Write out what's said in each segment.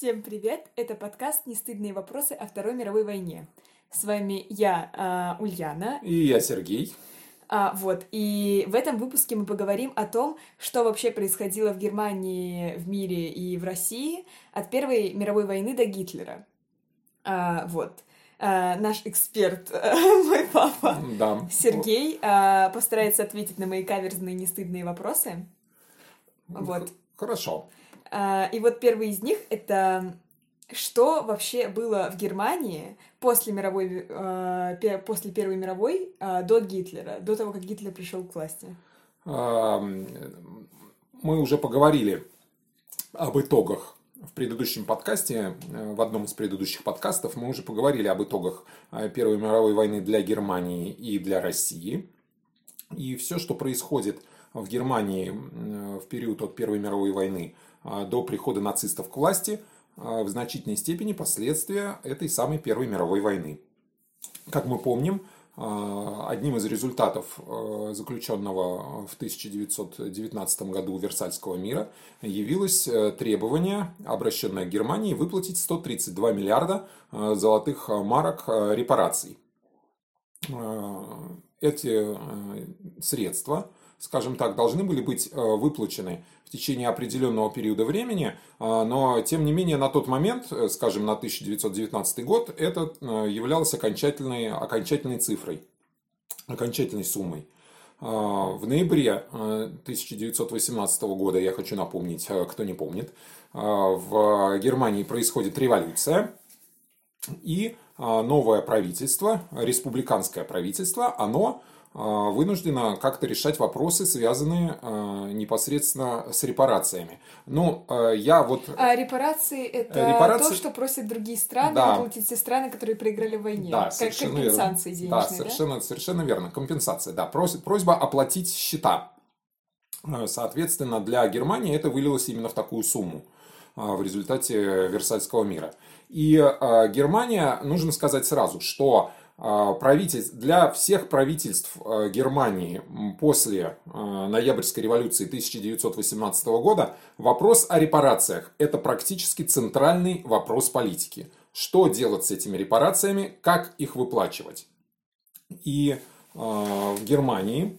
Всем привет! Это подкаст «Нестыдные вопросы о Второй мировой войне». С вами я, Ульяна. И я, Сергей. И в этом выпуске мы поговорим о том, что вообще происходило в Германии, в мире и в России от Первой мировой войны до Гитлера. Наш эксперт, мой папа, Да. Сергей, постарается ответить на мои каверзные нестыдные вопросы. Хорошо. И вот первый из них — это что вообще было в Германии после Первой мировой до Гитлера, до того, как Гитлер пришел к власти? Мы уже поговорили об итогах в предыдущем подкасте, в одном из предыдущих подкастов мы уже поговорили об итогах Первой мировой войны для Германии и для России. И все, что происходит в Германии в период от Первой мировой войны до прихода нацистов к власти, в значительной степени последствия этой самой Первой мировой войны. Как мы помним, одним из результатов заключенного в 1919 году Версальского мира явилось требование, обращенное к Германии, выплатить 132 миллиарда золотых марок репараций. Эти средства, скажем так, должны были быть выплачены в течение определенного периода времени, но, тем не менее, на тот момент, скажем, на 1919 год, это являлось окончательной цифрой, окончательной суммой. В ноябре 1918 года, я хочу напомнить, кто не помнит, в Германии происходит революция, и новое правительство, республиканское правительство, оно вынуждено как-то решать вопросы, связанные непосредственно с репарациями. Репарации — это то, что просят другие страны выплатить те страны, которые проиграли в войне. Да, как компенсации денежные, совершенно верно. Компенсация, да. Просьба оплатить счета. Соответственно, для Германии это вылилось именно в такую сумму в результате Версальского мира. И Германия, нужно сказать сразу, что для всех правительств Германии после Ноябрьской революции 1918 года вопрос о репарациях – это практически центральный вопрос политики. Что делать с этими репарациями, как их выплачивать? И в Германии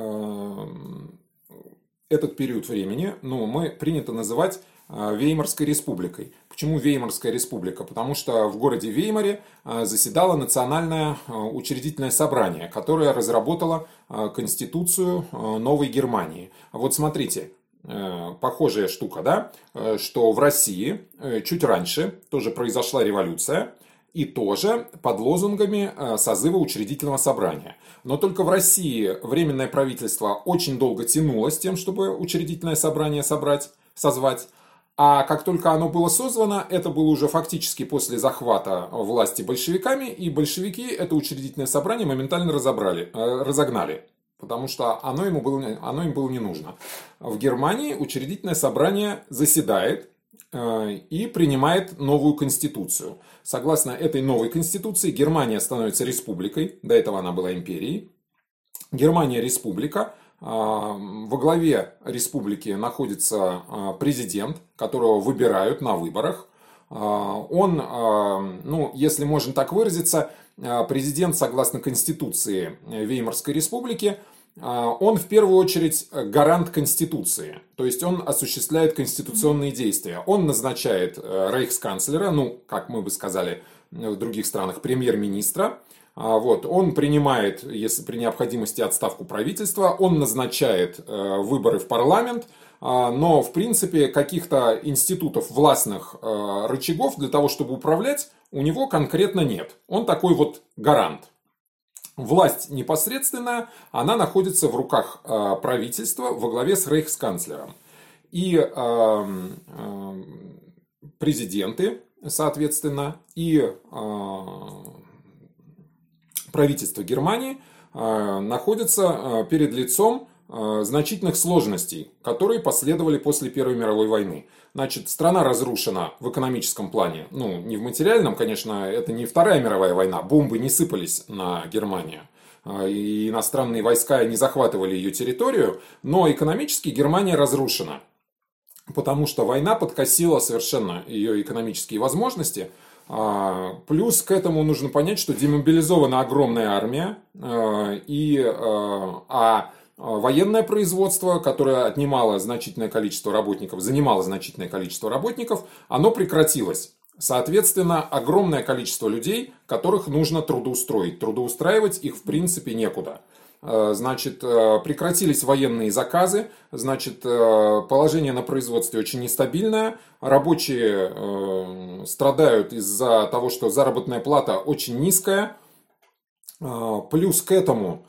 этот период времени принято называть Веймарской республикой. Почему Веймарская республика? Потому что в городе Веймаре заседало Национальное учредительное собрание, которое разработало Конституцию Новой Германии. Вот смотрите, похожая штука, да? Что в России чуть раньше тоже произошла революция, и тоже под лозунгами созыва учредительного собрания. Но только в России Временное правительство очень долго тянуло с тем, чтобы учредительное собрание созвать. А как только оно было созвано, это было уже фактически после захвата власти большевиками, и большевики это учредительное собрание моментально разогнали, потому что оно им было не нужно. В Германии учредительное собрание заседает и принимает новую конституцию. Согласно этой новой конституции, Германия становится республикой, до этого она была империей. Германия республика. Во главе республики находится президент, которого выбирают на выборах. Он, если можно так выразиться, президент, согласно Конституции Веймарской республики, он в первую очередь гарант Конституции. То есть он осуществляет конституционные действия. Он назначает рейхсканцлера, как мы бы сказали в других странах, премьер-министра. Он принимает, если при необходимости, отставку правительства, он назначает выборы в парламент, но в принципе каких-то институтов, властных рычагов для того, чтобы управлять, у него конкретно нет. Он такой вот гарант. Власть непосредственная, она находится в руках правительства во главе с рейхсканцлером. И президенты, соответственно, и правительство Германии находится перед лицом значительных сложностей, которые последовали после Первой мировой войны. Значит, страна разрушена в экономическом плане. Не в материальном, конечно, это не Вторая мировая война. Бомбы не сыпались на Германию. И иностранные войска не захватывали ее территорию. Но экономически Германия разрушена. потому что война подкосила совершенно ее экономические возможности. Плюс к этому нужно понять, что демобилизована огромная армия, а военное производство, которое отнимало значительное количество работников, занимало значительное количество работников, оно прекратилось. Соответственно, огромное количество людей, которых нужно трудоустроить. Трудоустраивать их в принципе некуда. Значит, прекратились военные заказы, значит, положение на производстве очень нестабильное, рабочие страдают из-за того, что заработная плата очень низкая, плюс к этому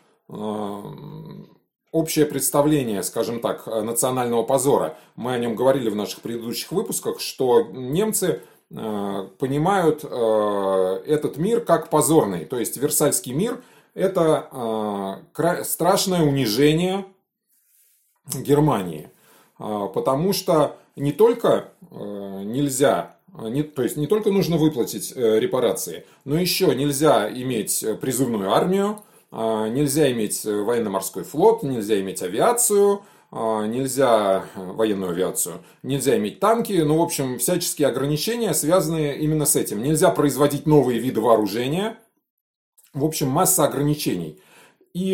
общее представление, скажем так, национального позора, мы о нем говорили в наших предыдущих выпусках, что немцы понимают этот мир как позорный, то есть Версальский мир – это страшное унижение Германии, потому что не только нельзя, то есть не только нужно выплатить репарации, но еще нельзя иметь призывную армию, нельзя иметь военно-морской флот, нельзя иметь авиацию, нельзя военную авиацию, нельзя иметь танки, ну, в общем, всяческие ограничения, связанные именно с этим. Нельзя производить новые виды вооружения. В общем, масса ограничений. И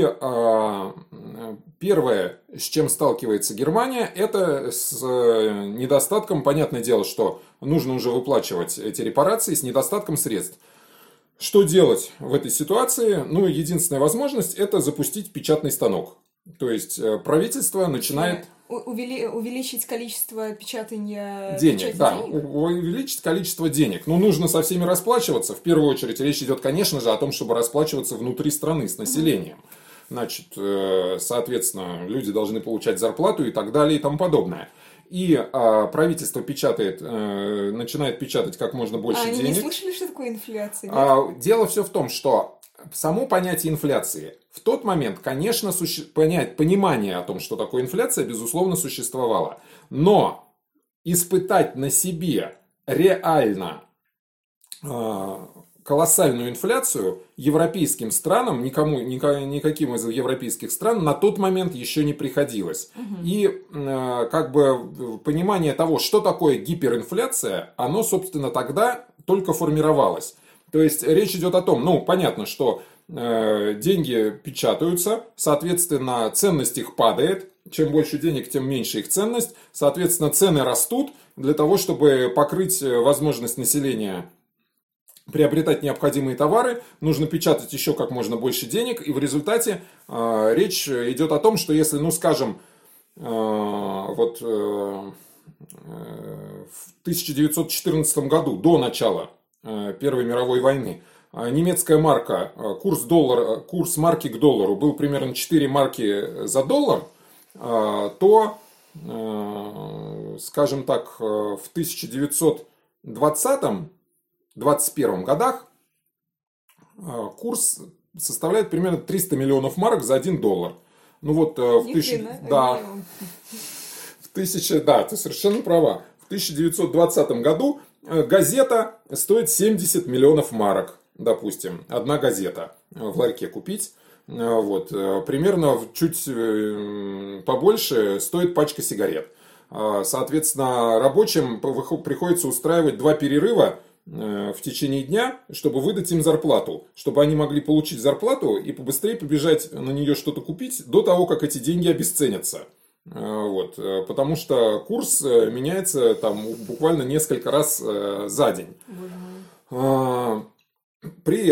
первое, с чем сталкивается Германия, это с недостатком, понятное дело, что нужно уже выплачивать эти репарации, с недостатком средств. Что делать в этой ситуации? Ну, единственная возможность – это запустить печатный станок. То есть правительство начинает... Увеличить количество печатания денег, да, увеличить количество денег. Но нужно со всеми расплачиваться. В первую очередь речь идет, конечно же, о том, чтобы расплачиваться внутри страны с населением. Значит, соответственно, люди должны получать зарплату и так далее и тому подобное. И правительство печатает, начинает печатать как можно больше денег. Они не слышали, что такое инфляция? Дело все в том, что само понятие инфляции в тот момент, конечно, понимание о том, что такое инфляция, безусловно, существовало. Но испытать на себе реально колоссальную инфляцию европейским странам, никаким из европейских стран на тот момент еще не приходилось. И как бы понимание того, что такое гиперинфляция, оно, собственно, тогда только формировалось. То есть речь идет о том, ну, понятно, что деньги печатаются, соответственно, ценность их падает. Чем больше денег, тем меньше их ценность. Соответственно, цены растут для того, чтобы покрыть возможность населения приобретать необходимые товары, нужно печатать еще как можно больше денег. И в результате речь идет о том, что если, ну, скажем, вот в 1914 году, до начала Первой мировой войны, немецкая марка, курс марки к доллару был примерно 4 марки за доллар, то, скажем так, в 1920-21 годах курс составляет примерно 300 миллионов марок за 1 доллар. Ну вот да, ты совершенно права. В 1920 году газета стоит 70 миллионов марок, допустим, одна газета в ларьке купить. Вот, примерно чуть побольше стоит пачка сигарет. Соответственно, рабочим приходится устраивать 2 перерыва в течение дня, чтобы выдать им зарплату, чтобы они могли получить зарплату и побыстрее побежать на нее что-то купить до того, как эти деньги обесценятся. Вот, потому что курс меняется там буквально несколько раз за день. При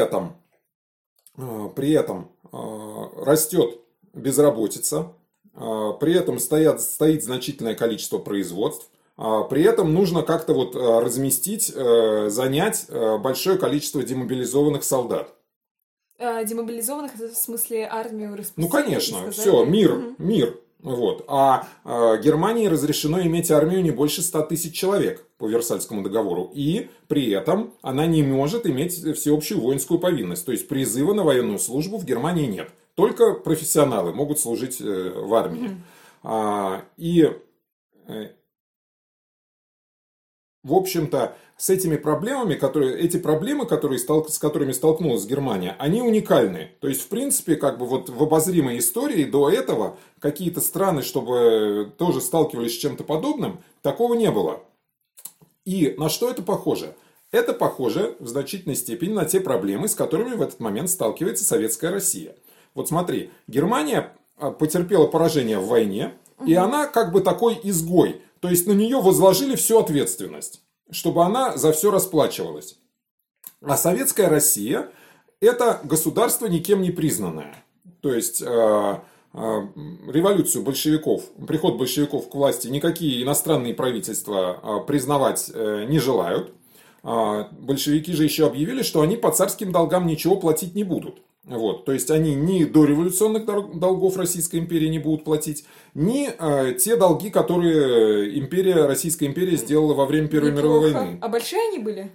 этом растет безработица, при этом стоит значительное количество производств, при этом нужно как-то вот разместить, занять большое количество демобилизованных солдат. Демобилизованных, это в смысле армию распустили? Ну, конечно, все, мир. Вот. А Германии разрешено иметь армию не больше 100 тысяч человек по Версальскому договору. И при этом она не может иметь всеобщую воинскую повинность. То есть призыва на военную службу в Германии нет. Только профессионалы могут служить в армии. И в общем-то, с этими проблемами, с которыми столкнулась Германия, они уникальны. То есть, в принципе, как бы вот в обозримой истории до этого какие-то страны, чтобы тоже сталкивались с чем-то подобным, такого не было. И на что это похоже? Это похоже в значительной степени на те проблемы, с которыми в этот момент сталкивается Советская Россия. Вот смотри, Германия потерпела поражение в войне, и она как бы такой изгой. То есть на нее возложили всю ответственность, чтобы она за все расплачивалась. А Советская Россия – это государство никем не признанное. То есть революцию большевиков, приход большевиков к власти никакие иностранные правительства признавать не желают. Большевики же еще объявили, что они по царским долгам ничего платить не будут. Вот, то есть они ни дореволюционных долгов Российской империи не будут платить, ни те долги, которые Российская империя сделала во время Первой мировой войны. А большие они были?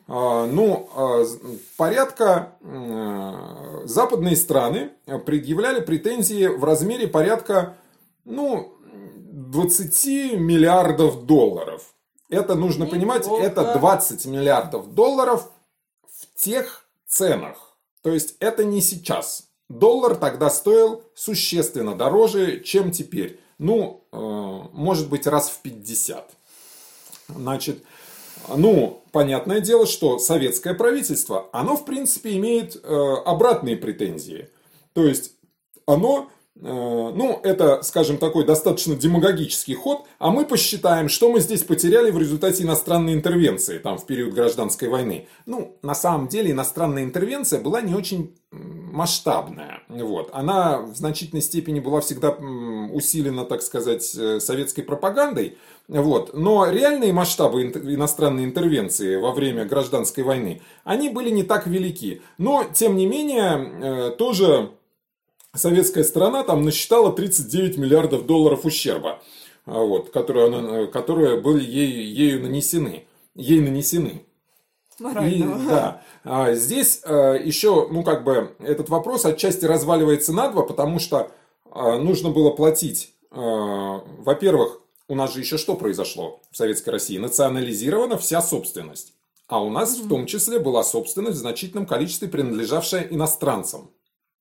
Порядка западные страны предъявляли претензии в размере порядка 20 миллиардов долларов. Это нужно понимать, это 20 миллиардов долларов в тех ценах. То есть это не сейчас. Доллар тогда стоил существенно дороже, чем теперь. Может быть, раз в 50. Значит, понятное дело, что советское правительство, оно, в принципе, имеет обратные претензии. То есть оно, это, скажем, такой достаточно демагогический ход, а мы посчитаем, что мы здесь потеряли в результате иностранной интервенции, там, в период гражданской войны. На самом деле, иностранная интервенция была не очень масштабная. Вот. Она в значительной степени была всегда усилена, так сказать, советской пропагандой. Вот. Но реальные масштабы иностранной интервенции во время гражданской войны, они были не так велики. Но, тем не менее, тоже советская сторона там насчитала 39 миллиардов долларов ущерба, которые были ей нанесены. Морального. Здесь еще, этот вопрос отчасти разваливается на два, потому что нужно было платить, во-первых, у нас же еще что произошло в Советской России? Национализирована вся собственность. А у нас в том числе была собственность в значительном количестве, принадлежавшая иностранцам.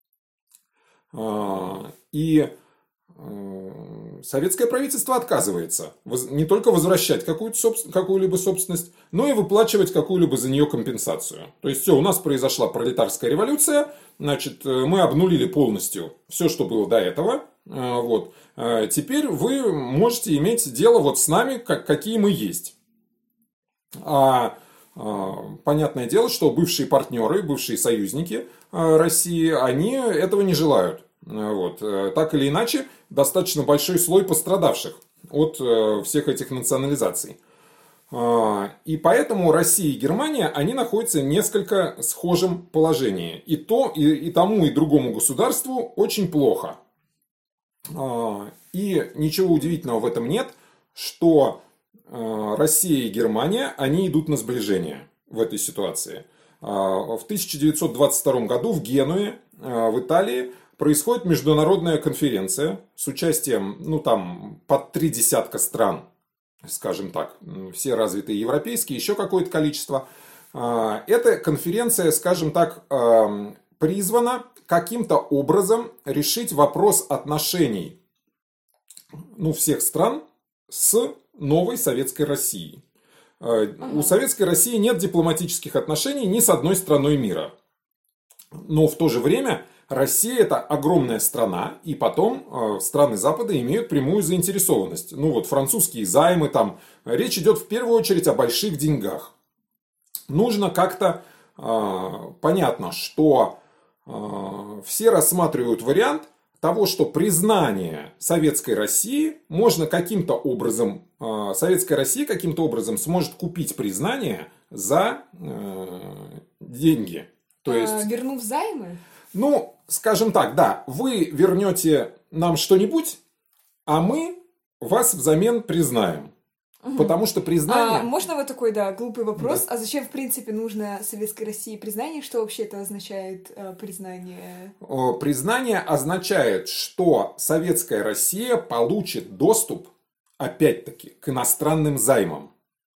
И советское правительство отказывается не только возвращать какую-либо собственность, но и выплачивать какую-либо за нее компенсацию. То есть все, у нас произошла пролетарская революция, значит, мы обнулили полностью все, что было до этого. Вот. Теперь вы можете иметь дело вот с нами, какие мы есть. Понятное дело, что бывшие партнеры, бывшие союзники России, они этого не желают. Вот. Так или иначе, достаточно большой слой пострадавших от всех этих национализаций. И поэтому Россия и Германия, они находятся в несколько схожем положении. И тому, и другому государству очень плохо. И ничего удивительного в этом нет, что Россия и Германия, они идут на сближение в этой ситуации. В 1922 году в Генуе, в Италии, происходит международная конференция с участием, под 30 стран, скажем так, все развитые европейские, еще какое-то количество. Эта конференция, скажем так, призвана каким-то образом решить вопрос отношений всех стран с новой Советской Россией. У Советской России нет дипломатических отношений ни с одной страной мира. Но в то же время Россия – это огромная страна, и потом страны Запада имеют прямую заинтересованность. Французские займы, речь идет в первую очередь о больших деньгах. Нужно как-то, понятно, что все рассматривают вариант того, что признание Советской России можно каким-то образом, Советская Россия каким-то образом сможет купить признание за деньги. То есть, вернув займы? Скажем так, да, вы вернете нам что-нибудь, а мы вас взамен признаем. Потому что признание... Можно вот такой, глупый вопрос? Да. А зачем, в принципе, нужно Советской России признание? Что вообще это означает, признание? Признание означает, что Советская Россия получит доступ, опять-таки, к иностранным займам.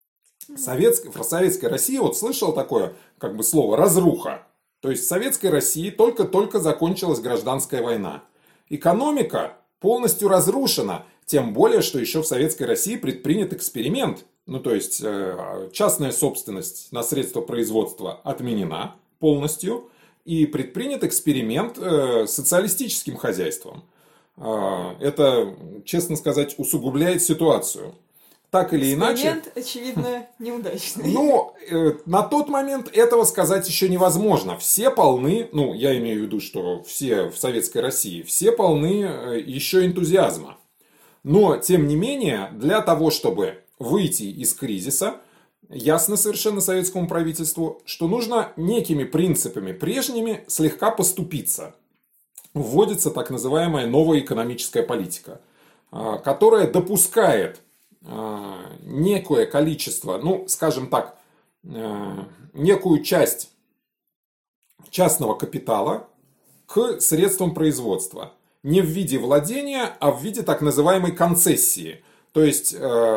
В советской России, вот слышал такое как бы слово «разруха». То есть в советской России только-только закончилась гражданская война. Экономика полностью разрушена, тем более, что еще в советской России предпринят эксперимент. Ну, то есть частная собственность на средства производства отменена полностью, и предпринят эксперимент с социалистическим хозяйством. Это, честно сказать, усугубляет ситуацию. Так или иначе... Эксперимент, очевидно, неудачный. Ну, на тот момент этого сказать еще невозможно. Все полны, ну, я имею в виду, что все в Советской России, все полны еще энтузиазма. Но, тем не менее, для того, чтобы выйти из кризиса, ясно совершенно советскому правительству, что нужно некими принципами прежними слегка поступиться. Вводится так называемая новая экономическая политика, которая допускает некое количество, ну, скажем так, некую часть частного капитала к средствам производства. Не в виде владения, а в виде так называемой концессии. То есть,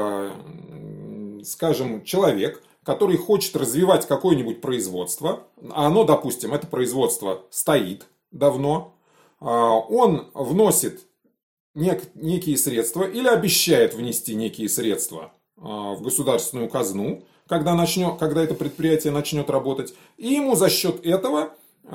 скажем, человек, который хочет развивать какое-нибудь производство, а оно, допустим, это производство стоит давно, он вносит некие средства или обещает внести некие средства в государственную казну, когда это предприятие начнет работать, и ему за счет этого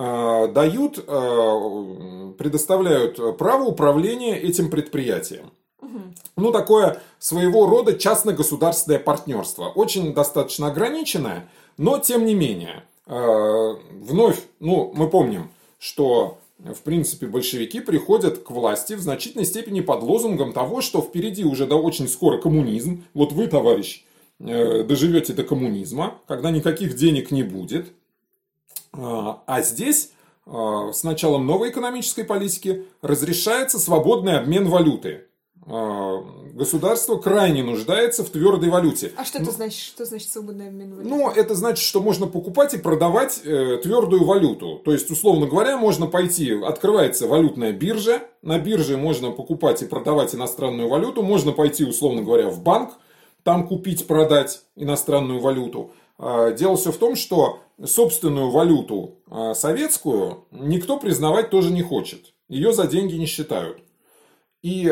предоставляют право управления этим предприятием. Ну, такое своего рода частно-государственное партнерство. Очень достаточно ограниченное, но тем не менее. Вновь, ну, мы помним, что в принципе большевики приходят к власти в значительной степени под лозунгом того, что впереди уже очень скоро коммунизм. Вот вы, товарищ, доживете до коммунизма, когда никаких денег не будет. А здесь с началом новой экономической политики разрешается свободный обмен валюты. Государство крайне нуждается в твердой валюте. А что это значит? Что значит свободный обмен валюты? Ну, это значит, что можно покупать и продавать твердую валюту. То есть, условно говоря, можно пойти, открывается валютная биржа, на бирже можно покупать и продавать иностранную валюту, можно пойти, условно говоря, в банк, там купить, продать иностранную валюту. Дело все в том, что собственную валюту советскую никто признавать тоже не хочет. Ее за деньги не считают. И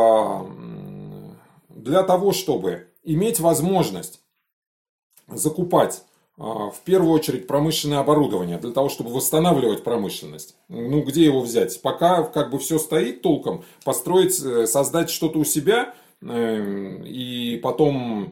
для того, чтобы иметь возможность закупать в первую очередь промышленное оборудование, для того, чтобы восстанавливать промышленность, ну где его взять? Пока как бы все стоит толком, построить, создать что-то у себя, и потом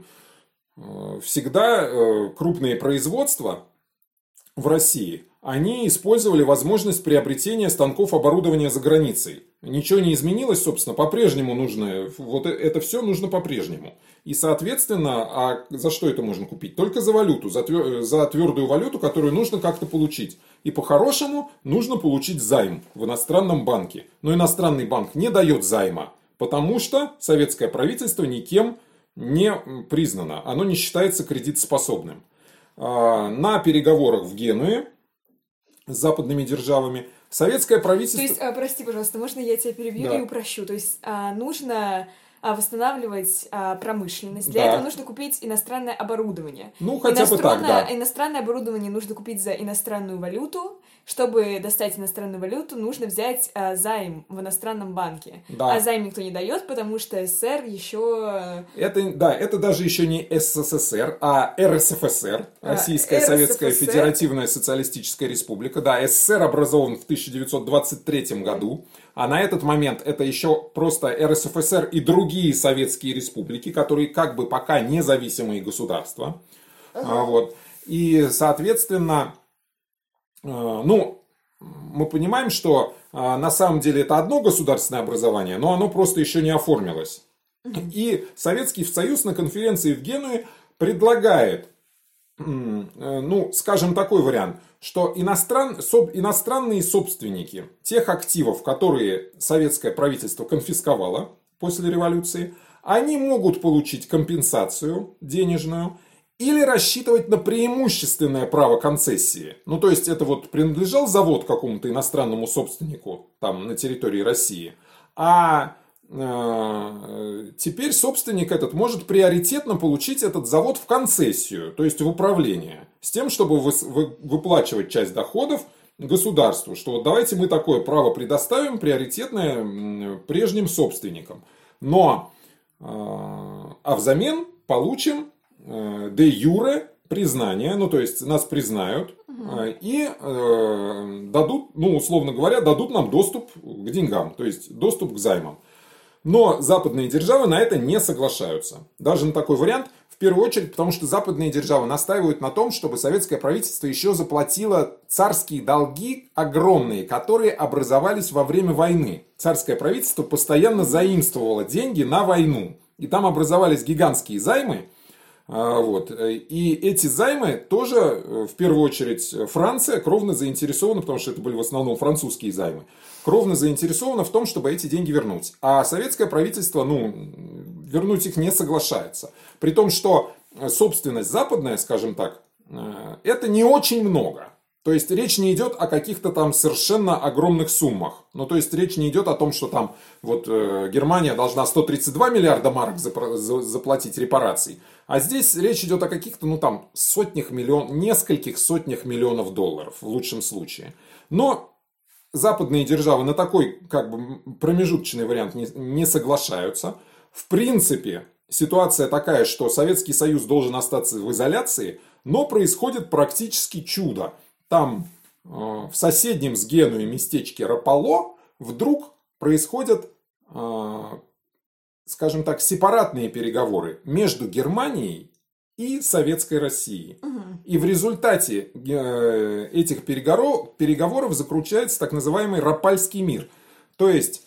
всегда крупные производства в России, они использовали возможность приобретения станков оборудования за границей. Ничего не изменилось, собственно, по-прежнему нужно, вот это все нужно по-прежнему. И, соответственно, а за что это можно купить? Только за валюту, за твердую валюту, которую нужно как-то получить. И по-хорошему нужно получить займ в иностранном банке. Но иностранный банк не дает займа, потому что советское правительство никем не признано. Оно не считается кредитоспособным. На переговорах в Генуе с западными державами советское правительство... То есть, прости, пожалуйста, можно я тебя перебью и упрощу? То есть, нужно восстанавливать промышленность. Для этого нужно купить иностранное оборудование. Ну, хотя бы так, да. Иностранное оборудование нужно купить за иностранную валюту. Чтобы достать иностранную валюту, нужно взять займ в иностранном банке. Да. А займ никто не дает, потому что СССР еще... Это даже еще не СССР, а РСФСР, Российская Советская Федеративная Социалистическая Республика. Да, СССР образован в 1923 году. А на этот момент это еще просто РСФСР и другие советские республики, которые как бы пока независимые государства. Вот. И, соответственно, ну, мы понимаем, что на самом деле это одно государственное образование, но оно просто еще не оформилось. И Советский Союз на конференции в Генуе предлагает, ну, скажем, такой вариант, что иностранные собственники тех активов, которые советское правительство конфисковало после революции, они могут получить компенсацию денежную или рассчитывать на преимущественное право концессии. Ну, то есть, это вот принадлежал завод какому-то иностранному собственнику там на территории России, а теперь собственник этот может приоритетно получить этот завод в концессию, то есть в управление, с тем, чтобы выплачивать часть доходов государству, что вот давайте мы такое право предоставим приоритетное прежним собственникам. Но, а взамен получим де юре признание, ну то есть нас признают и дадут, ну условно говоря, дадут нам доступ к деньгам, то есть доступ к займам. Но западные державы на это не соглашаются. Даже на такой вариант, в первую очередь, потому что западные державы настаивают на том, чтобы советское правительство еще заплатило царские долги огромные, которые образовались во время войны. Царское правительство постоянно заимствовало деньги на войну. И там образовались гигантские займы. Вот. И эти займы тоже, в первую очередь, Франция кровно заинтересована, потому что это были в основном французские займы, кровно заинтересована в том, чтобы эти деньги вернуть. А советское правительство, вернуть их не соглашается. При том, что собственность западная, скажем так, это не очень много. То есть речь не идет о каких-то там совершенно огромных суммах. Ну, то есть речь не идет о том, что там вот Германия должна 132 миллиарда марок заплатить репараций. А здесь речь идет о каких-то, нескольких сотнях миллионов долларов в лучшем случае. Но западные державы на такой промежуточный вариант не соглашаются. В принципе, ситуация такая, что Советский Союз должен остаться в изоляции, но происходит практически чудо. Там в соседнем с Генуей местечке Рапалло вдруг происходят, скажем так, сепаратные переговоры между Германией и Советской Россией. И в результате этих переговоров заключается так называемый Рапальский мир. То есть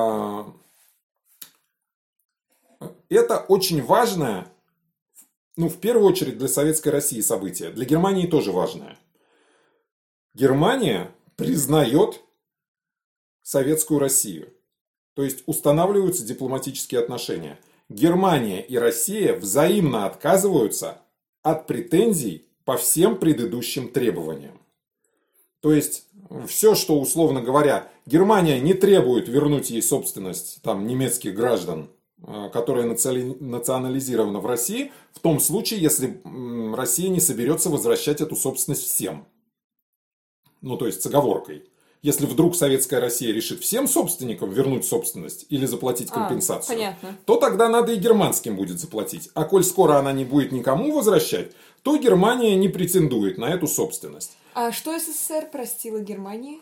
это очень важное, в первую очередь для Советской России событие, для Германии тоже важное. Германия признает Советскую Россию. То есть устанавливаются дипломатические отношения. Германия и Россия взаимно отказываются от претензий по всем предыдущим требованиям. То есть все, что, условно говоря, Германия не требует вернуть ей собственность немецких граждан, которая национализирована в России, в том случае, если Россия не соберется возвращать эту собственность всем. То есть с оговоркой. Если вдруг Советская Россия решит всем собственникам вернуть собственность или заплатить компенсацию, то тогда надо и германским будет заплатить. А коль скоро она не будет никому возвращать, то Германия не претендует на эту собственность. А что СССР простила Германии?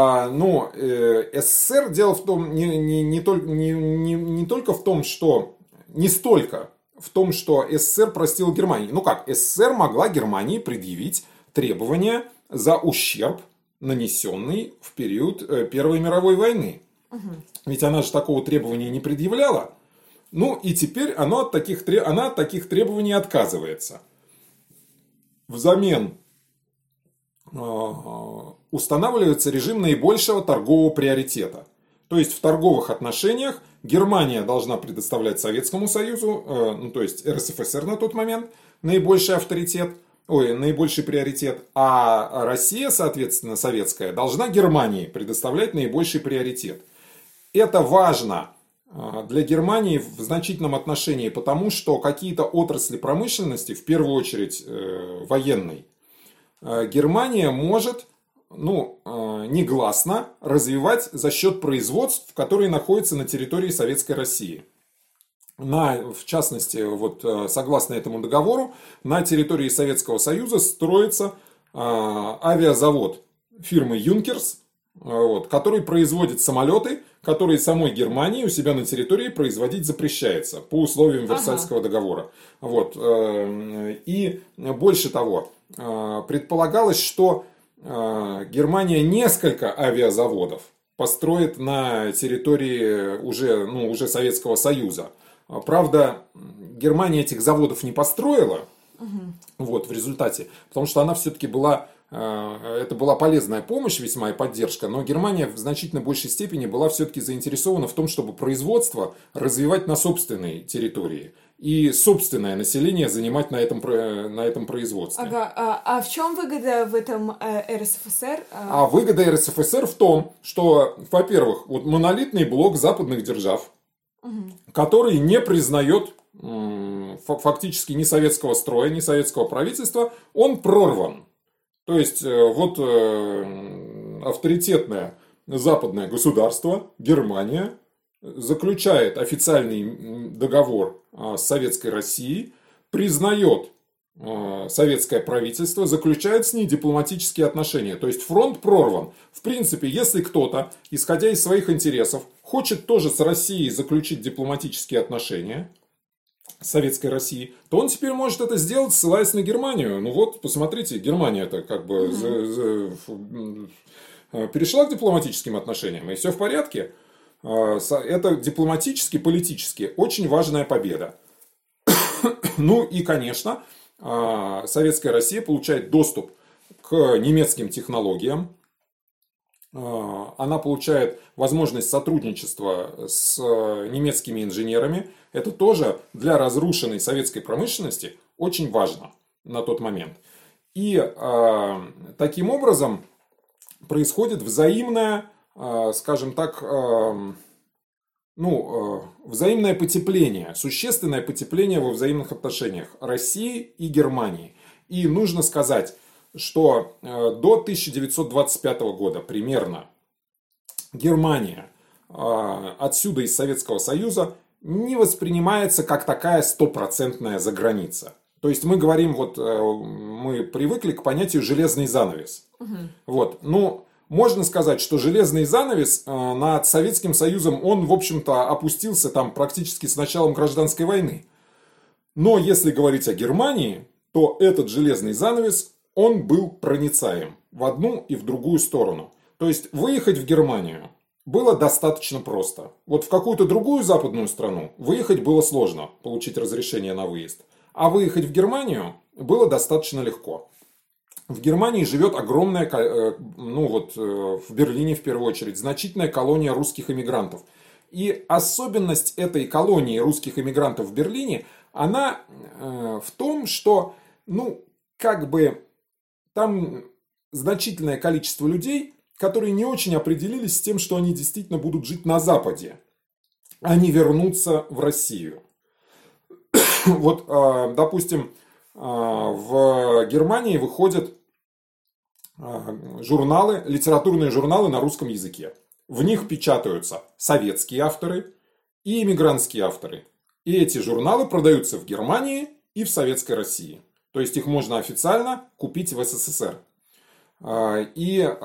СССР, дело в том, не только в том, что... Не столько в том, что СССР простила Германии. СССР могла Германии предъявить требования за ущерб, нанесенный в период Первой мировой войны. Ведь она же такого требования не предъявляла. И теперь она от таких требований отказывается. Взамен устанавливается режим наибольшего торгового приоритета. То есть в торговых отношениях Германия должна предоставлять Советскому Союзу, то есть РСФСР на тот момент, наибольший приоритет, а Россия, соответственно, советская, должна Германии предоставлять наибольший приоритет. Это важно для Германии в значительном отношении, потому что какие-то отрасли промышленности, в первую очередь военной, Германия может негласно развивать за счет производств, которые находятся на территории Советской России. В частности, согласно этому договору, на территории Советского Союза строится авиазавод фирмы Юнкерс, который производит самолеты, которые самой Германии у себя на территории производить запрещается по условиям Версальского договора. И больше того, предполагалось, что Германия несколько авиазаводов построит на территории уже Советского Союза. Правда, Германия этих заводов не построила в результате, потому что она все-таки это была полезная помощь весьма и поддержка, но Германия в значительно большей степени была все-таки заинтересована в том, чтобы производство развивать на собственной территории и собственное население занимать на этом производстве. А в чем выгода в этом РСФСР? А выгода РСФСР в том, что, во-первых, монолитный блок западных держав, который не признает фактически ни советского строя, ни советского правительства, он прорван. То есть, вот авторитетное западное государство, Германия, заключает официальный договор с Советской Россией, признает советское правительство, заключает с ней дипломатические отношения. То есть фронт прорван. В принципе, если кто-то, исходя из своих интересов, хочет тоже с Россией заключить дипломатические отношения, с Советской Россией, то он теперь может это сделать, ссылаясь на Германию. Ну вот, посмотрите, Германия-то как бы перешла к дипломатическим отношениям, и все в порядке. Это дипломатически, политически очень важная победа. Ну и, конечно, Советская Россия получает доступ к немецким технологиям. Она получает возможность сотрудничества с немецкими инженерами. Это тоже для разрушенной советской промышленности очень важно на тот момент. И таким образом происходит взаимное, скажем так, взаимное потепление, существенное потепление во взаимных отношениях России и Германии. И нужно сказать, что до 1925 года примерно Германия отсюда из Советского Союза не воспринимается как такая стопроцентная заграница. То есть мы говорим, вот мы привыкли к понятию железный занавес. Вот, ну, можно сказать, что железный занавес над Советским Союзом, он, в общем-то, опустился там практически с началом гражданской войны. Но если говорить о Германии, то этот железный занавес, он был проницаем в одну и в другую сторону. То есть выехать в Германию было достаточно просто. Вот в какую-то другую западную страну выехать было сложно, получить разрешение на выезд. А выехать в Германию было достаточно легко. В Германии живет огромная, в Берлине в первую очередь, значительная колония русских эмигрантов. И особенность этой колонии русских эмигрантов в Берлине, она в том, что, там значительное количество людей, которые не очень определились с тем, что они действительно будут жить на Западе, а не вернуться в Россию. Вот, допустим, в Германии выходят журналы, литературные журналы на русском языке. В них печатаются советские авторы и эмигрантские авторы. И эти журналы продаются в Германии и в Советской России. То есть их можно официально купить в СССР. И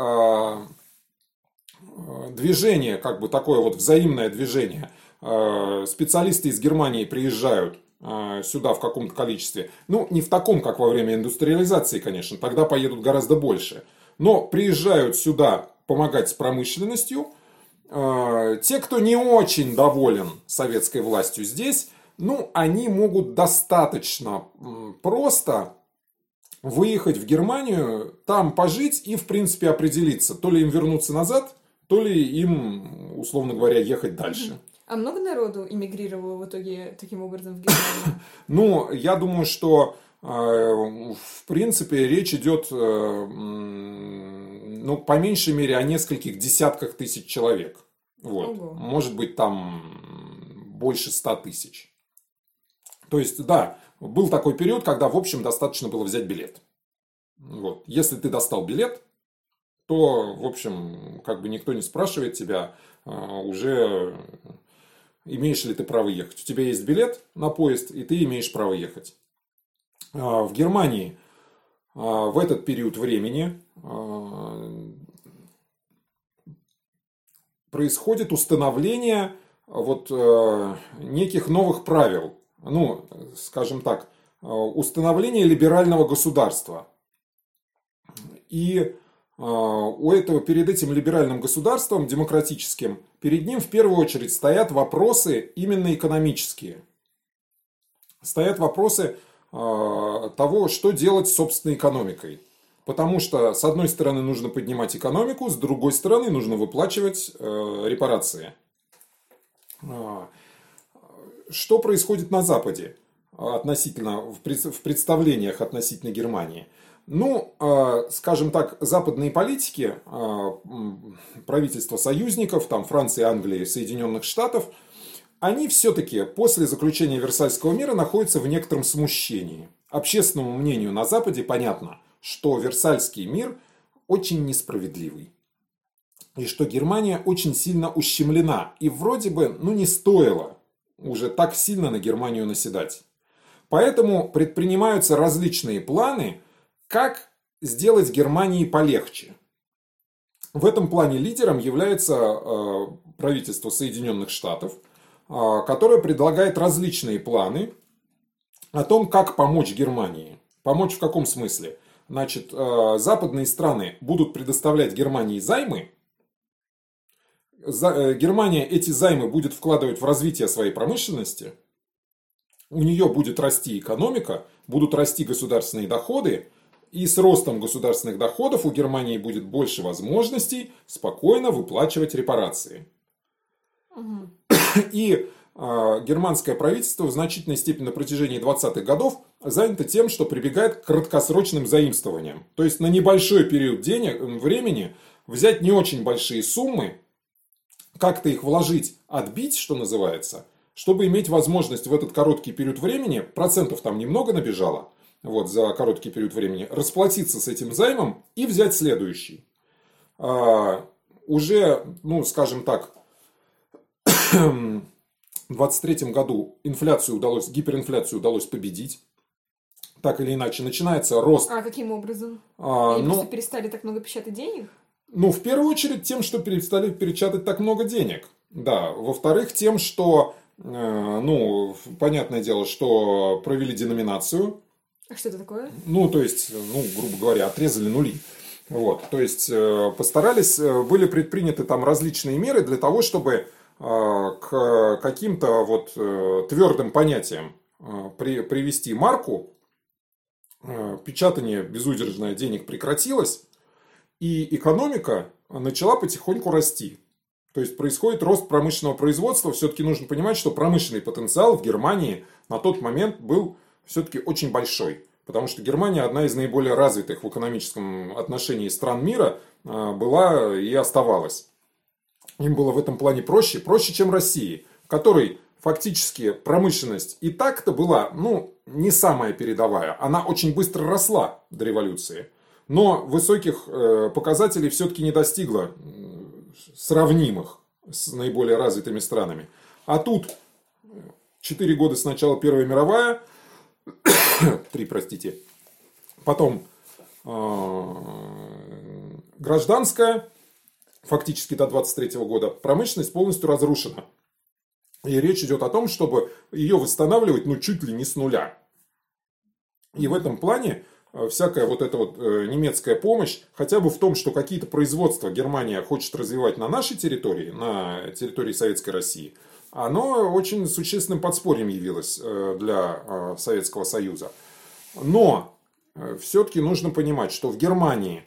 движение, как бы такое вот взаимное движение. Специалисты из Германии приезжают сюда в каком-то количестве. Ну, не в таком, как во время индустриализации, конечно. Тогда поедут гораздо больше. Но приезжают сюда помогать с промышленностью. Те, кто не очень доволен советской властью здесь, они могут достаточно просто выехать в Германию, там пожить и, в принципе, определиться, то ли им вернуться назад, то ли им, условно говоря, ехать дальше. А много народу эмигрировало в итоге таким образом в Германию? Я думаю, что, в принципе, речь идет, по меньшей мере, о нескольких десятках тысяч человек. Вот. Может быть, там больше 100 тысяч. То есть, да, был такой период, когда, в общем, достаточно было взять билет. Вот. Если ты достал билет, то, в общем, как бы никто не спрашивает тебя, уже имеешь ли ты право ехать. У тебя есть билет на поезд, и ты имеешь право ехать. В Германии в этот период времени происходит установление неких новых правил. Скажем так, установление либерального государства. И перед этим либеральным государством, демократическим, перед ним в первую очередь стоят вопросы именно экономические. Стоят вопросы того, что делать с собственной экономикой. Потому что, с одной стороны, нужно поднимать экономику, с другой стороны, нужно выплачивать репарации. Что происходит на Западе в представлениях относительно Германии? Скажем так, западные политики, правительства союзников, там Франции, Англии, Соединенных Штатов, они все-таки после заключения Версальского мира находятся в некотором смущении. Общественному мнению на Западе понятно, что Версальский мир очень несправедливый. И что Германия очень сильно ущемлена. И вроде бы, не стоило уже так сильно на Германию наседать. Поэтому предпринимаются различные планы, как сделать Германии полегче. В этом плане лидером является правительство Соединенных Штатов, которое предлагает различные планы о том, как помочь Германии. Помочь в каком смысле? Значит, западные страны будут предоставлять Германии займы. Германия эти займы будет вкладывать в развитие своей промышленности. У нее будет расти экономика, будут расти государственные доходы. И с ростом государственных доходов у Германии будет больше возможностей спокойно выплачивать репарации. Угу. И германское правительство в значительной степени на протяжении 20-х годов занято тем, что прибегает к краткосрочным заимствованиям. То есть на небольшой период времени взять не очень большие суммы, как-то их вложить, отбить, что называется, чтобы иметь возможность в этот короткий период времени, процентов там немного набежало, за короткий период времени, расплатиться с этим займом и взять следующий. Уже, скажем так, в 23 году гиперинфляцию удалось победить. Так или иначе, начинается рост. А каким образом? Они просто перестали так много печатать денег? В первую очередь тем, что перестали печатать так много денег. Да. Во-вторых, тем, что, понятное дело, что провели деноминацию. А что это такое? То есть, грубо говоря, отрезали нули. То есть, постарались, были предприняты там различные меры для того, чтобы к каким-то твердым понятиям привести марку. Печатание безудержное денег прекратилось, и экономика начала потихоньку расти. То есть происходит рост промышленного производства. Все-таки нужно понимать, что промышленный потенциал в Германии на тот момент был все-таки очень большой. Потому что Германия одна из наиболее развитых в экономическом отношении стран мира была и оставалась. Им было в этом плане проще, чем России, в которой фактически промышленность и так-то была, не самая передовая. Она очень быстро росла до революции. Но высоких показателей все-таки не достигла, сравнимых с наиболее развитыми странами. А тут 4 года сначала Первая мировая, 3, простите, потом гражданская, фактически до 23 года, промышленность полностью разрушена. И речь идет о том, чтобы ее восстанавливать чуть ли не с нуля. И в этом плане всякая эта немецкая помощь, хотя бы в том, что какие-то производства Германия хочет развивать на нашей территории, на территории Советской России, оно очень существенным подспорьем явилось для Советского Союза. Но все-таки нужно понимать, что в Германия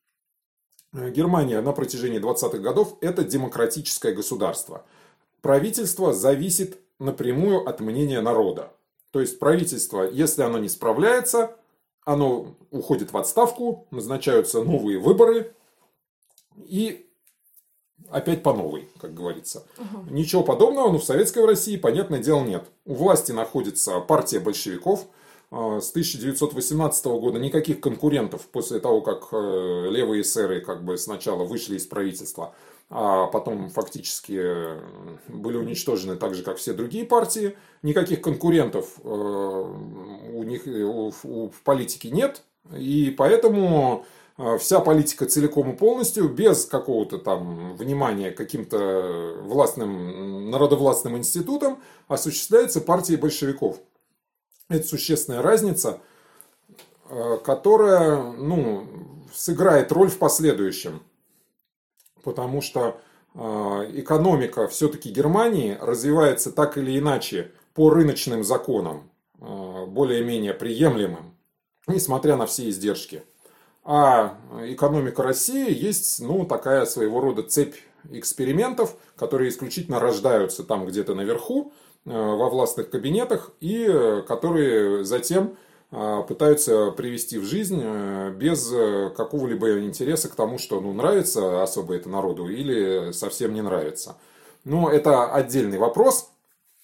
на протяжении 20-х годов это демократическое государство. Правительство зависит напрямую от мнения народа. То есть правительство, если оно не справляется, оно уходит в отставку, назначаются новые выборы и опять по новой, как говорится. Угу. Ничего подобного, в советской России, понятное дело, нет. У власти находится партия большевиков. С 1918 года никаких конкурентов после того, как левые эсеры сначала вышли из правительства, а потом фактически были уничтожены так же, как все другие партии. Никаких конкурентов у них в политике нет. И поэтому вся политика целиком и полностью, без какого-то там внимания к каким-то народовластным институтам, осуществляется партией большевиков. Это существенная разница, которая сыграет роль в последующем. Потому что экономика все-таки Германии развивается так или иначе по рыночным законам, более-менее приемлемым, несмотря на все издержки. А экономика России есть такая своего рода цепь экспериментов, которые исключительно рождаются там где-то наверху, во властных кабинетах, и которые затем пытаются привести в жизнь без какого-либо интереса к тому, что нравится особо это народу или совсем не нравится. Но это отдельный вопрос.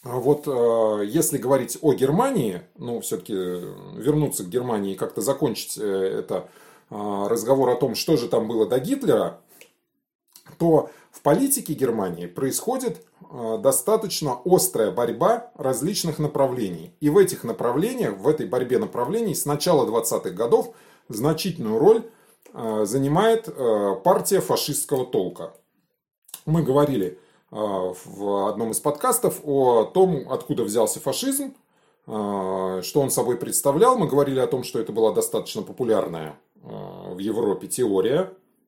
Вот если говорить о Германии, ну, все-таки вернуться к Германии и как-то закончить это разговор о том, что же там было до Гитлера, то в политике Германии происходит достаточно острая борьба различных направлений. И в этих направлениях, в этой борьбе направлений с начала 20-х годов значительную роль занимает партия фашистского толка. Мы говорили в одном из подкастов о том, откуда взялся фашизм, что он собой представлял. Мы говорили о том, что это была достаточно популярная в Европе теория.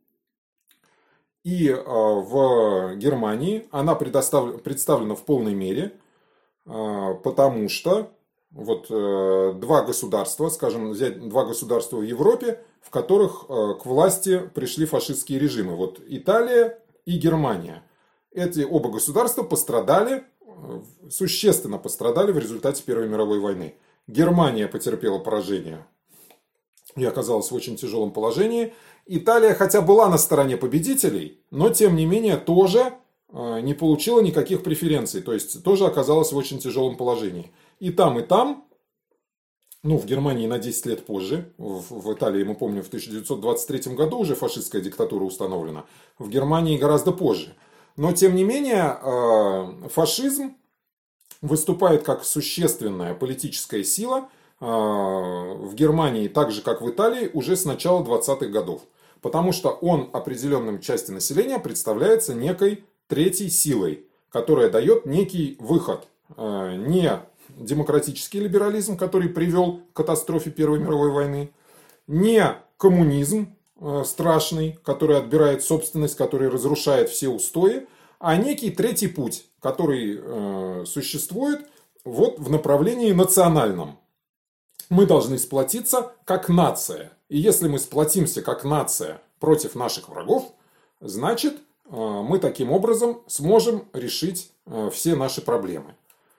И в Германии она представлена в полной мере, потому что вот два государства, скажем, взять два государства в Европе, в которых к власти пришли фашистские режимы. Вот Италия и Германия. Эти оба государства пострадали, существенно пострадали в результате Первой мировой войны. Германия потерпела поражение и оказалась в очень тяжелом положении. Италия, хотя была на стороне победителей, но тем не менее тоже не получила никаких преференций. То есть тоже оказалась в очень тяжелом положении. И там, ну в Германии на 10 лет позже, в Италии, мы помним, в 1923 году уже фашистская диктатура установлена, в Германии гораздо позже. Но тем не менее фашизм выступает как существенная политическая сила в Германии, так же как в Италии, уже с начала 20-х годов. Потому что он определенной части населения представляется некой третьей силой, которая дает некий выход. Не демократический либерализм, который привел к катастрофе Первой мировой войны, не коммунизм страшный, который отбирает собственность, который разрушает все устои, а некий третий путь, который существует вот в направлении национальном. Мы должны сплотиться как нация. И если мы сплотимся как нация против наших врагов, значит, мы таким образом сможем решить все наши проблемы.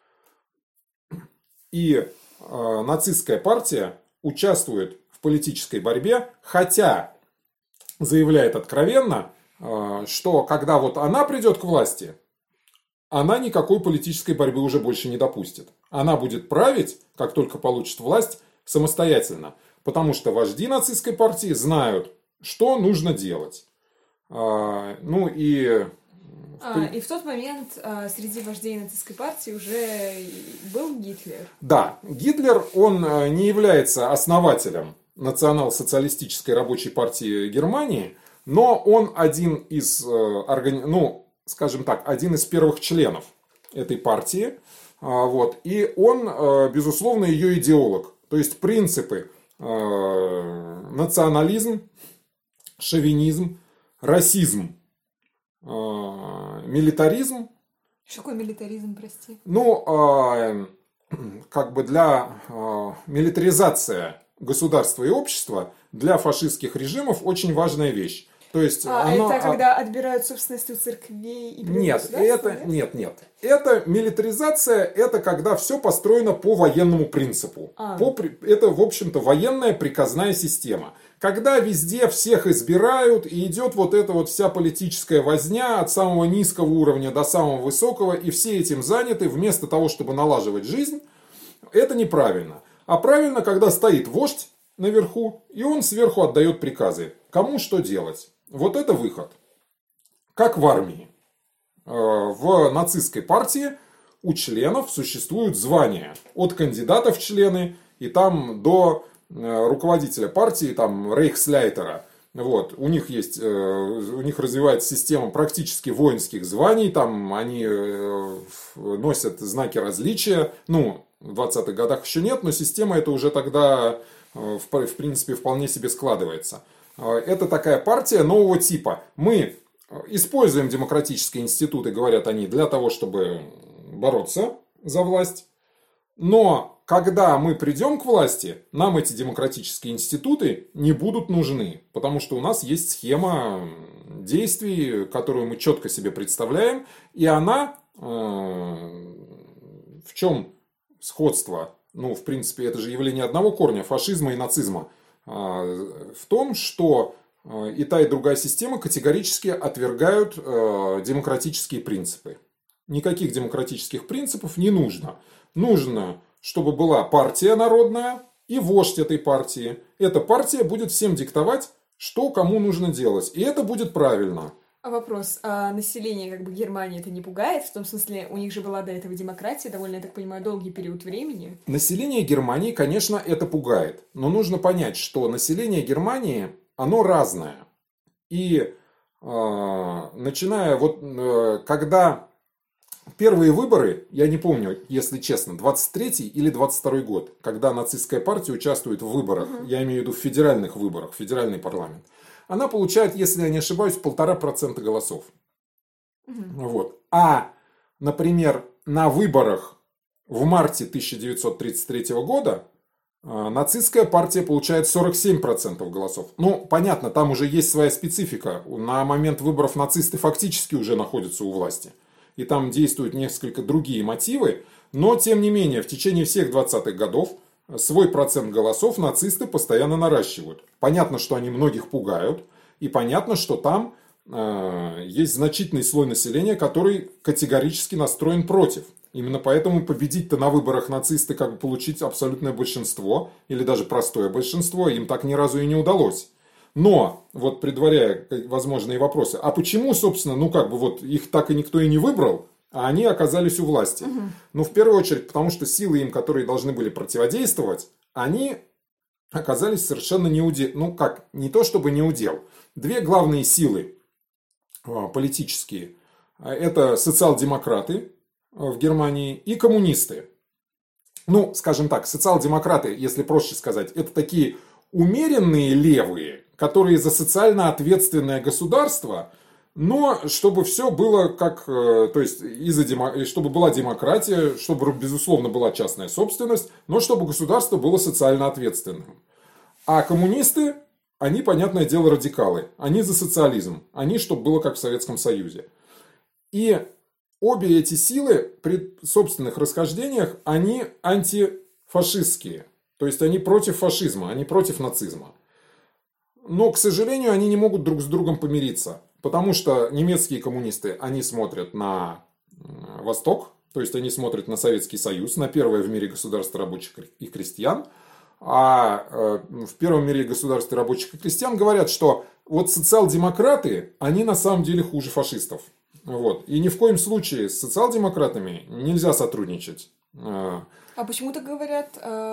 И нацистская партия участвует в политической борьбе, хотя заявляет откровенно, что когда вот она придет к власти, она никакой политической борьбы уже больше не допустит. Она будет править, как только получит власть, самостоятельно. Потому что вожди нацистской партии знают, что нужно делать. Ну и... И в тот момент среди вождей нацистской партии уже был Гитлер. Да, Гитлер, он не является основателем национал-социалистической рабочей партии Германии, но он один из, ну, скажем так, один из первых членов этой партии. Вот, и он, безусловно, ее идеолог. То есть принципы национализм, шовинизм, расизм, милитаризм. Что такое милитаризм, прости? Ну, как бы для милитаризация государства и общества для фашистских режимов очень важная вещь. То есть это когда отбирают собственность у церквей и нет, нет. Это милитаризация, это когда все построено по военному принципу. Это, в общем-то, военная приказная система. Когда везде всех избирают, и идет вот эта вот вся политическая возня от самого низкого уровня до самого высокого, и все этим заняты, вместо того, чтобы налаживать жизнь, это неправильно. А правильно, когда стоит вождь наверху, и он сверху отдает приказы. Кому что делать. Вот это выход. Как в армии. В нацистской партии у членов существуют звания. От кандидатов в члены и там до руководителя партии, там рейхсляйтера. Вот. У них развивается система практически воинских званий. Там они носят знаки различия. Ну, в 20-х годах еще нет, но система эта уже тогда, в принципе, вполне себе складывается. Это такая партия нового типа. Мы используем демократические институты, говорят они, для того, чтобы бороться за власть. Но когда мы придем к власти, нам эти демократические институты не будут нужны. Потому что у нас есть схема действий, которую мы четко себе представляем. И она, в чем сходство? Ну, в принципе, это же явление одного корня, фашизма и нацизма. В том, что и та, и другая система категорически отвергают демократические принципы. Никаких демократических принципов не нужно. Нужно, чтобы была партия народная и вождь этой партии. Эта партия будет всем диктовать, что кому нужно делать. И это будет правильно. А вопрос, а население как бы Германии это не пугает? В том смысле, у них же была до этого демократия довольно, я так понимаю, долгий период времени. Население Германии, конечно, это пугает. Но нужно понять, что население Германии, оно разное. И начиная когда первые выборы, я не помню, если честно, 23-й или 22-й год, когда нацистская партия участвует в выборах, я имею в виду в федеральных выборах, федеральный парламент, она получает, если я не ошибаюсь, 1,5% голосов. Вот. А, например, на выборах в марте 1933 года нацистская партия получает 47% голосов. Ну, понятно, там уже есть своя специфика. На момент выборов нацисты фактически уже находятся у власти. И там действуют несколько другие мотивы. Но, тем не менее, в течение всех 20-х годов свой процент голосов нацисты постоянно наращивают. Понятно, что они многих пугают. И понятно, что там есть значительный слой населения, который категорически настроен против. Именно поэтому победить-то на выборах нацисты, как бы получить абсолютное большинство, или даже простое большинство, им так ни разу и не удалось. Но, вот предваряя возможные вопросы, а почему, собственно, их так и никто и не выбрал, а они оказались у власти? Ну, в первую очередь, потому что силы им, которые должны были противодействовать, они оказались совершенно не удел. Не то чтобы не удел. Две главные силы политические, это социал-демократы в Германии и коммунисты. Ну, скажем так, социал-демократы, если проще сказать, это такие умеренные левые, которые за социально ответственное государство, но чтобы все было чтобы была демократия, чтобы, безусловно, была частная собственность, но чтобы государство было социально ответственным. А коммунисты, они, понятное дело, радикалы. Они за социализм. Они, чтобы было как в Советском Союзе. И обе эти силы при собственных расхождениях, они антифашистские. То есть они против фашизма, они против нацизма. Но, к сожалению, они не могут друг с другом помириться. Потому что немецкие коммунисты, они смотрят на Восток, то есть они смотрят на Советский Союз, на первое в мире государство рабочих и крестьян. А в первом мире государстве рабочих и крестьян говорят, что вот социал-демократы, они на самом деле хуже фашистов. Вот. И ни в коем случае с социал-демократами нельзя сотрудничать. А почему так говорят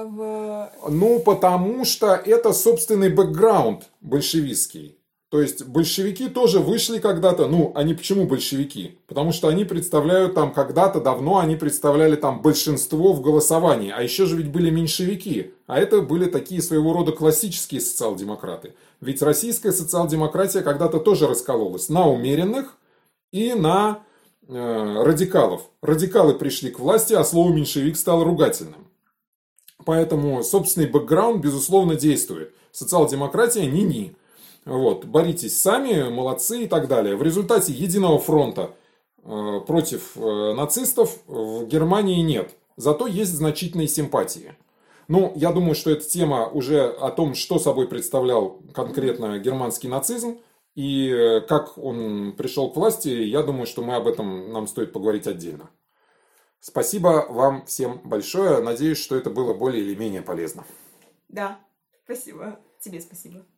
Ну, потому что это собственный бэкграунд большевистский. То есть большевики тоже вышли когда-то, они почему большевики? Потому что они представляют там, когда-то давно они представляли там большинство в голосовании, а еще же ведь были меньшевики, а это были такие своего рода классические социал-демократы. Ведь российская социал-демократия когда-то тоже раскололась на умеренных и на радикалов. Радикалы пришли к власти, а слово меньшевик стало ругательным. Поэтому собственный бэкграунд, безусловно, действует. Социал-демократия ни-ни. Вот, боритесь сами, молодцы и так далее. В результате единого фронта против нацистов в Германии нет. Зато есть значительные симпатии. Я думаю, что эта тема уже о том, что собой представлял конкретно германский нацизм и как он пришел к власти, я думаю, что об этом нам стоит поговорить отдельно. Спасибо вам всем большое. Надеюсь, что это было более или менее полезно. Да, спасибо. Тебе спасибо.